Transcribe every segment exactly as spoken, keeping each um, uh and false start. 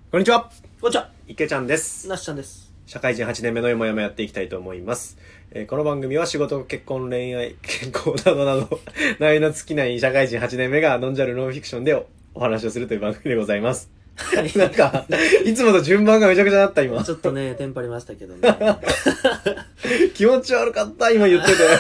こんにちは。 こんにちは。 池ちゃんです。 なしちゃんです。 社会人はちねんめのよもやまやっていきたいと思います。えー、この番組は仕事、結婚、恋愛、健康などなど内容の尽きない社会人はちねんめがノンジャルノンフィクションで お, お話をするという番組でございます。 はい。 なんかいつもと順番がめちゃくちゃだった今。 ちょっとねテンパりましたけどね。 気持ち悪かった今言ってて。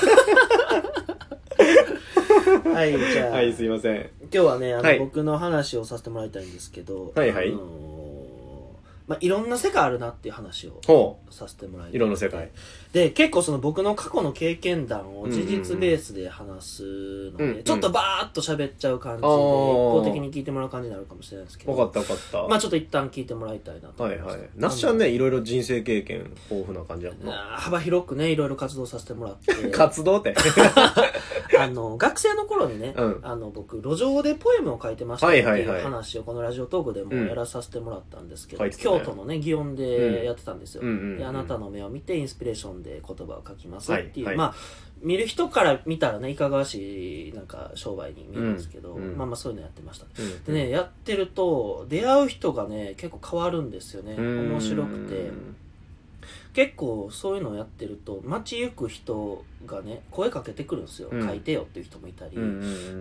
はいじゃあ。 はいすいません。 今日はねあの、 はい、 僕の話をさせてもらいたいんですけど。 はいはい。 あのーまあ、いろんな世界あるなっていう話をさせてもらいたい。 いろんな世界で結構その僕の過去の経験談を事実ベースで話すので、うんうん、ちょっとバーッと喋っちゃう感じで、うん、一方的に聞いてもらう感じになるかもしれないですけど。 分かった分かった。 まあちょっと一旦聞いてもらいたいなと思います。 はいはい。なっしゃんねいろいろ人生経験豊富な感じやもんな。 幅広くねいろいろ活動させてもらって活動ってあの学生の頃にね、うん、あの僕路上でポエムを書いてましたっていう話をこのラジオトークでもやらさせてもらったんですけど、うん、京都のね祇園でやってたんですよ、うん、であなたの目を見てインスピレーションで言葉を書きますっていう、はいはい、まあ見る人から見たらねいかがわしいなんか商売に見えるんですけど、うん、まあまあそういうのやってました、うん、でねやってると出会う人がね結構変わるんですよね。面白くて結構そういうのをやってると街行く人がね声かけてくるんですよ、うん、書いてよっていう人もいたり、うんうんうん、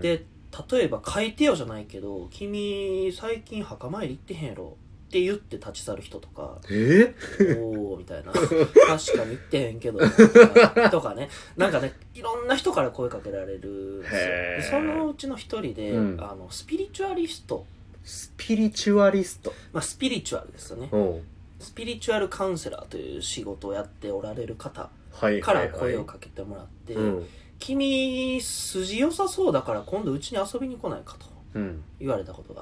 で例えば書いてよじゃないけど君最近墓参り行ってへんやろって言って立ち去る人とか、 えおーみたいな確かに言ってへんけどとか、とかねなんかねいろんな人から声かけられるんですよ。でそのうちの一人で、うん、あのスピリチュアリストスピリチュアリスト、 まあ、スピリチュアルですよね。スピリチュアルカウンセラーという仕事をやっておられる方から声をかけてもらって、はいはいはい、君筋良さそうだから今度うちに遊びに来ないかと言われたことがあって、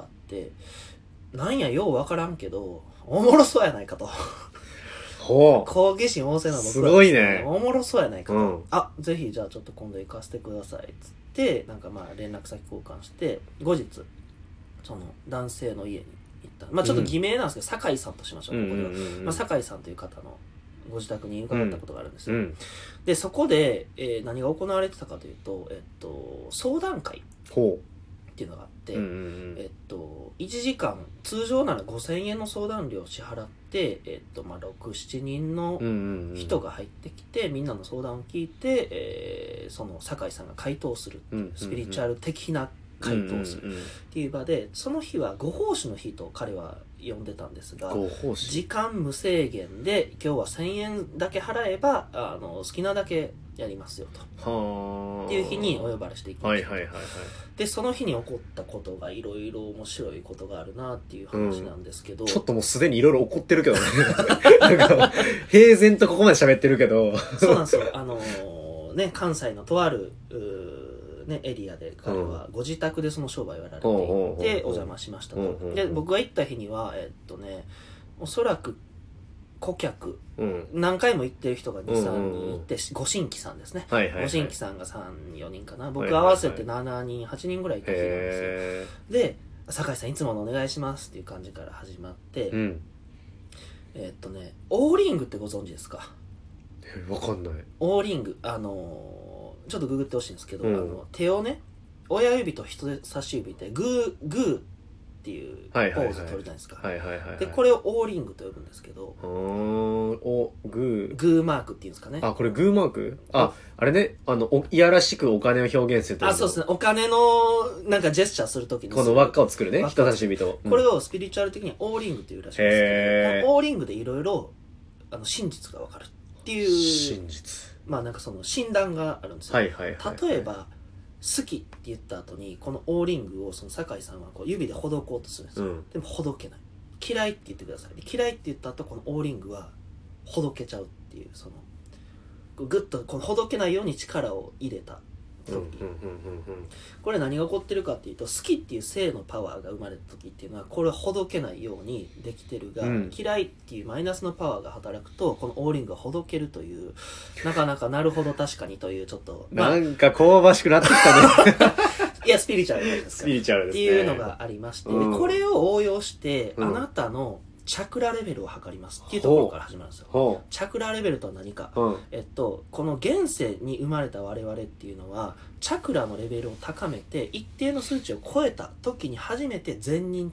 うん、なんやよう分からんけどおもろそうやないかとほう好奇心旺盛な僕は、 すごいねおもろそうやないかと、うん、あぜひじゃあちょっと今度行かせてくださいっつってなんかまあ連絡先交換して後日その男性の家にまあちょっと偽名なんですけど、うん、酒井さんとしましょう、ここでは、まあ、酒井さんという方のご自宅に伺ったことがあるんですよ、うん、でそこで、えー、何が行われてたかというと、えっと、相談会っていうのがあって、うんうんうん、えっと、いちじかん通常ならごせんえんの相談料を支払って、えっとまあ、ろく、しちにんの人が入ってきて、うんうんうん、みんなの相談を聞いて、えー、その酒井さんが回答するっていう、うんうんうん、スピリチュアル的な回答するっていう場で、その日はご奉仕の日と彼は呼んでたんですが、時間無制限で今日はせんえんだけ払えばあの好きなだけやりますよとっていう日にお呼ばれしていきました、はいはいはいはい、でその日に起こったことがいろいろ面白いことがあるなっていう話なんですけど、 うん、ちょっともうすでにいろいろ起こってるけどねなんか平然とここまで喋ってるけどそうなんですよ。あのー、ね関西のとあるね、エリアで彼はご自宅でその商売をやられていてお邪魔しましたと。で僕が行った日にはえっとねおそらく顧客、うん、何回も行ってる人が にさんにんいて、ご新規さんですね、はいはいはい、ご新規さんがさん、よにんかな、僕合わせてななにん、はちにんぐらいいた日なんですよ。で酒井さんいつものお願いしますっていう感じから始まって、うん、えっとねオーリングってご存知ですか？ わかんない。 オーリングあのーちょっとググってほしいんですけど、うん、あの手をね親指と人差し指でグーグーっていうポーズを取るじゃないですか。でこれをオーリングと呼ぶんですけど、 おグーグーマークっていうんですかね。 あこれグーマーク、ああれね、あのおいやらしくお金を表現すると。 あそうですね、お金のなんかジェスチャーするときにこの輪っかを作るね、人差し指と、 うん、これをスピリチュアル的にオーリングというらしいんですけど、このオーリングでいろいろ真実が分かるっていう真実、まあなんかその診断があるんですよ、はいはいはいはい、例えば好きって言った後にこのオーリングをその酒井さんはこう指でほどこうとするんですよ、うん、でもほどけない。嫌いって言ってください。嫌いって言った後このオーリングはほどけちゃうっていう、そのグッとこのほどけないように力を入れた時、うんうんうんうん、これ何が起こってるかっていうと、好きっていう性のパワーが生まれた時っていうのはこれはほどけないようにできてるが、うん、嫌いっていうマイナスのパワーが働くとこのオーリングがほどけるという、なかなかなるほど確かにというちょっと、 まあ、なんか香ばしくなってきたねいやスピリチュアルですから、スピリチュアルですねっていうのがありまして、うん、でこれを応用して、うん、あなたのチャクラレベルを測りますっていうところから始まるんですよ。チャクラレベルとは何か、えっと、この現世に生まれた我々っていうのはチャクラのレベルを高めて一定の数値を超えた時に初めて善人となっ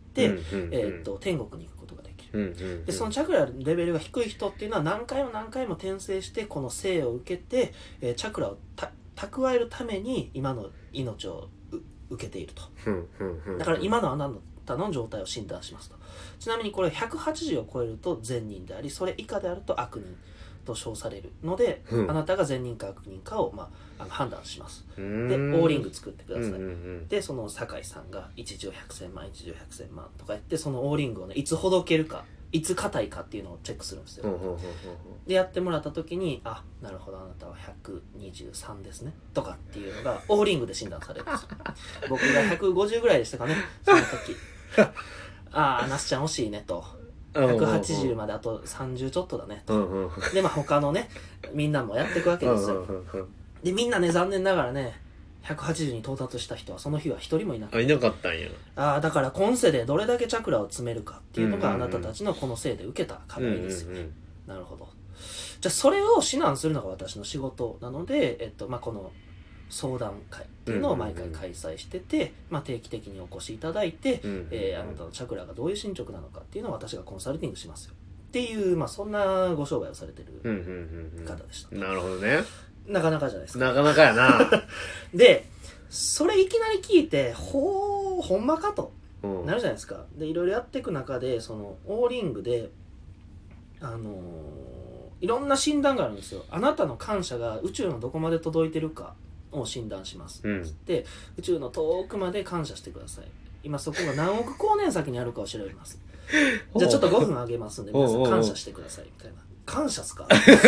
て、 うんうんうん、 えー、と天国に行くことができる、 うんうんうん、 でそのチャクラレベルが低い人っていうのは何回も何回も転生してこの生を受けて、えー、チャクラをた蓄えるために今の命を受けていると、 うんうんうん、 だから今のあなたの状態を診断しますと。ちなみにこれひゃくはちじゅうを超えると善人であり、それ以下であると悪人と称されるので、うん、あなたが善人か悪人かを、まあ、あの判断します。でオーリング作ってください、うんうんうん、でその酒井さんが一十百千万一十百千万とか言って、そのオーリングをねいつほどけるかいつ硬いかっていうのをチェックするんですよ、うんうんうんうん、でやってもらった時に、あ、なるほどあなたはひゃくにじゅうさんですねとかっていうのがオーリングで診断されるんですよ僕がひゃくごじゅうぐらいでしたかねその時ああ那須ちゃん惜しいねと、ひゃくはちじゅうまであとさんじゅうちょっとだねと、うんうん、でまあ他のねみんなもやっていくわけですよ、うんうんうん、でみんなね残念ながらねひゃくはちじゅうに到達した人はその日は一人もいなかった。 あ、いなかったんや。 ああ、だから今世でどれだけチャクラを詰めるかっていうのがあなたたちのこの世で受けた課題ですよ、うんうんうん、なるほど。じゃあそれを指南するのが私の仕事なので、えっとまあ、この相談会っていうのを毎回開催してて、うんうんうん、まあ、定期的にお越しいただいて、うんうんうん、えー、あなたのチャクラがどういう進捗なのかっていうのを私がコンサルティングしますよっていう、まあ、そんなご商売をされてる方でした、 うんうんうんうん、なるほどね。 なかなかじゃないですか。 なかなかやなでそれいきなり聞いてほーほんまかとなるじゃないですか。でいろいろやっていく中でそのオーリングであのー、いろんな診断があるんですよ。あなたの感謝が宇宙のどこまで届いてるかを診断します、うん、つって宇宙の遠くまで感謝してください。今そこが何億光年先にあるかを調べますじゃあちょっとごふんあげますんで皆さん感謝してくださいみたいな。感謝っすか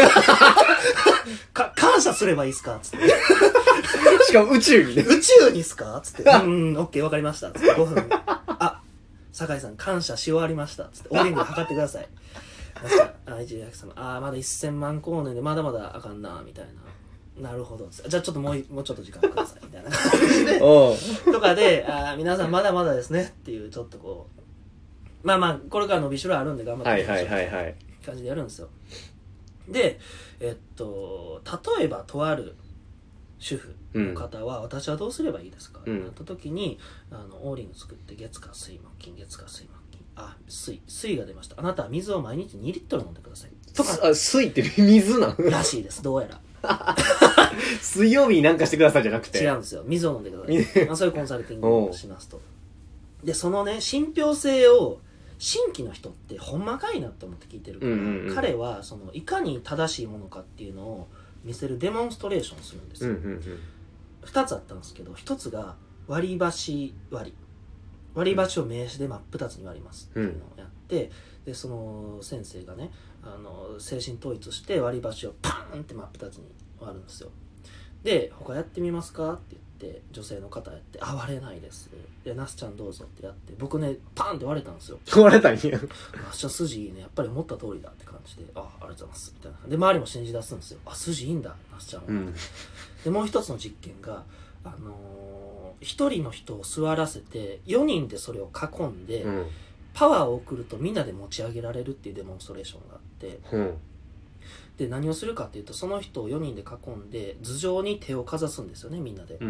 か感謝すればいいっすかつってしかも宇宙にね宇宙にっすかつってうん、オッケーわかりましたつってごふんあ、酒井さん感謝し終わりましたつってオーリング測ってくださいあ、一流さんあーまだせんまん光年でまだまだあかんなみたいな。なるほど。じゃあちょっともうもうちょっと時間くださいみたいな感じでとかで、あ皆さんまだまだですねっていうちょっとこうまあまあこれから伸びしろあるんで頑張っていきましょうって感じでやるんですよ。でえっと例えばとある主婦の方は、うん、私はどうすればいいですか、うん、なった時にあのオーリング作って月火水木金月火水木金あ水水が出ました。あなたは水を毎日にリットル飲んでくださいとか。 あ水って水なのらしいですどうやら水曜日になんかしてくださいじゃなくて違うんですよ。水を飲んでくださいまあそういうコンサルティングをしますと。でそのね信憑性を新規の人ってほんまかいなって思って聞いてるから、うんうんうん、彼はそのいかに正しいものかっていうのを見せるデモンストレーションをするんですよ、うんうんうん、ふたつあったんですけどひとつが割り箸割り割り箸を名詞で真っ二つに割りますっていうのをやって、うん、でその先生がねあの精神統一して割り箸をパーンって真っ二つに割るんですよ。で他やってみますかって言って女性の方やってあ割れないですでナスちゃんどうぞってやって僕ねパーンって割れたんですよ。 割れたんやナスちゃん筋いいねやっぱり思った通りだって感じであありがとうございますみたいなで周りも信じ出すんですよ。あ筋いいんだナスちゃんは、うん、でもう一つの実験があのー、ひとりの人を座らせてよにんでそれを囲んで、うん、パワーを送るとみんなで持ち上げられるっていうデモンストレーションがあって、うん、で何をするかっていうとその人をよにんで囲んで頭上に手をかざすんですよねみんなで、うんうん、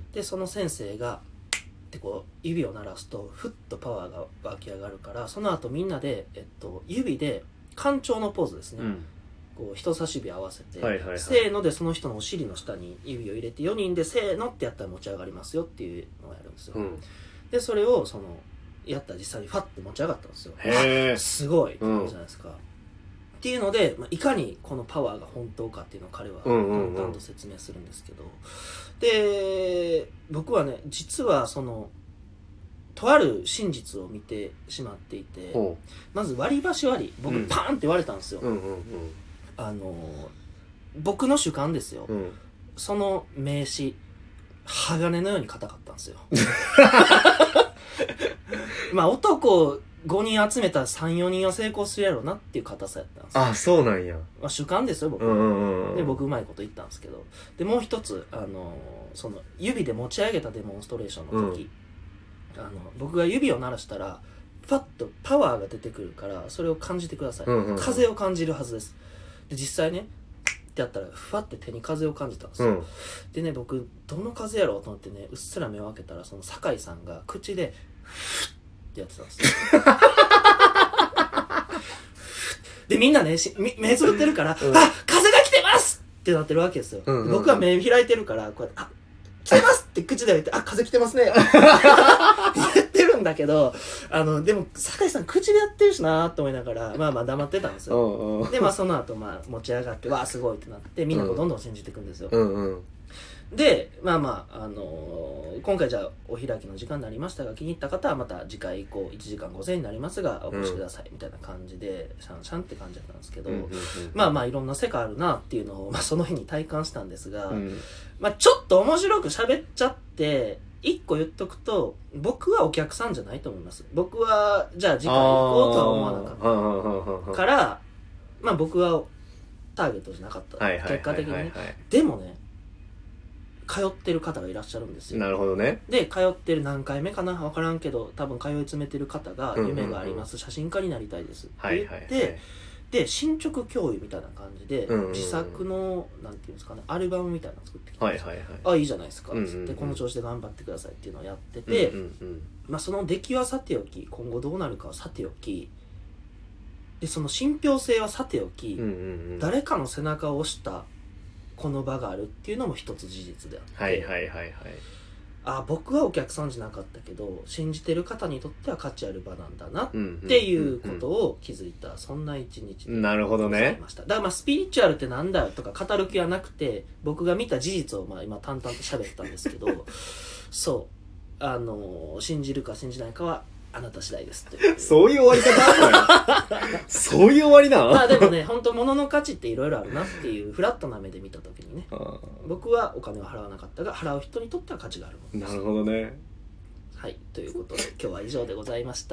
でその先生がってこう指を鳴らすとふっとパワーが湧き上がるからその後みんなで、えっと、指で干潮のポーズですね、うん、こう人差し指合わせて、はいはいはい、せーのでその人のお尻の下に指を入れてよにんでせーのってやったら持ち上がりますよっていうのをやるんですよ、うん、でそれをそのやったら実際にファッて持ち上がったんですよ。へーすごいって感じじゃないですか、うんっていうので、まあ、いかにこのパワーが本当かっていうのを彼は淡々と説明するんですけど、うんうんうん、で僕はね実はそのとある真実を見てしまっていてまず割り箸割り僕パーンって割れたんですよ、うんうんうんうん、あの僕の主観ですよ、うん、その名刺鋼のように硬かったんですよまあ男ごにん集めたらさん、よにんは成功するやろうなっていう硬さやったんですよ。 あ、そうなんや。 まあ、主観ですよ僕、うんうんうん、で僕うまいこと言ったんですけどでもう一つあのその指で持ち上げたデモンストレーションの時、うん、あの僕が指を鳴らしたらパッとパワーが出てくるからそれを感じてください、うんうんうん、風を感じるはずです。で実際ねってやったらふわって手に風を感じたんですよ、うん、でね僕どの風やろうと思ってねうっすら目を開けたらその酒井さんが口でフッっってやってたんですよでみんなねし目つぶってるから、うん、あ風が来てますってなってるわけですよ、うんうんうん、僕は目開いてるからこうやってあ来てますって口で言ってあ風来てますね言ってるんだけどあのでも酒井さん口でやってるしなと思いながらまあまあ黙ってたんですよ、うんうん、でまあその後まあ持ち上がってわあすごいってなってみんなこうどんどん信じていくんですよ、うんうん、でまあまあ、あのー、今回じゃあお開きの時間になりましたが気に入った方はまた次回以降いちじかんごせんえんになりますがお越しくださいみたいな感じで、うん、シャンシャンって感じだったんですけど、うんうんうん、まあまあいろんな世界あるなっていうのを、まあ、その日に体感したんですが、うん、まあちょっと面白く喋っちゃって一個言っとくと僕はお客さんじゃないと思います。僕はじゃあ次回行こうとは思わなかったからまあ僕はターゲットじゃなかった、はいはいはいはいはい、結果的にねでもね通ってる方がいらっしゃるんですよ。なるほどね。で通ってる何回目かな分からんけど多分通い詰めてる方が夢があります、うんうんうん、写真家になりたいですって言って、はいはいはい、で進捗共有みたいな感じで、うんうんうん、自作のなんていうんですかねアルバムみたいなの作ってきて、はいはいはい、あいいじゃないですかっつって、うんうんうん、この調子で頑張ってくださいっていうのをやってて、うんうんうん、まあその出来はさておき今後どうなるかはさておきでその信憑性はさておき、うんうんうん、誰かの背中を押したこの場があるっていうのも一つ事実であって、はいはいはいはい、あ僕はお客さんじゃなかったけど信じてる方にとっては価値ある場なんだなっていうことを気づいた、うんうんうんうん、そんな一日でなるほどね。だからまあスピリチュアルってなんだよとか語る気はなくて僕が見た事実をまあ今淡々と喋ったんですけどそうあの信じるか信じないかはあなた次第ですってそういう終わり方そういう終わりなまあでもね本当物の価値っていろいろあるなっていうフラットな目で見た時にね僕はお金を払わなかったが払う人にとっては価値があるものです。 なるほどね。 はいということで今日は以上でございました。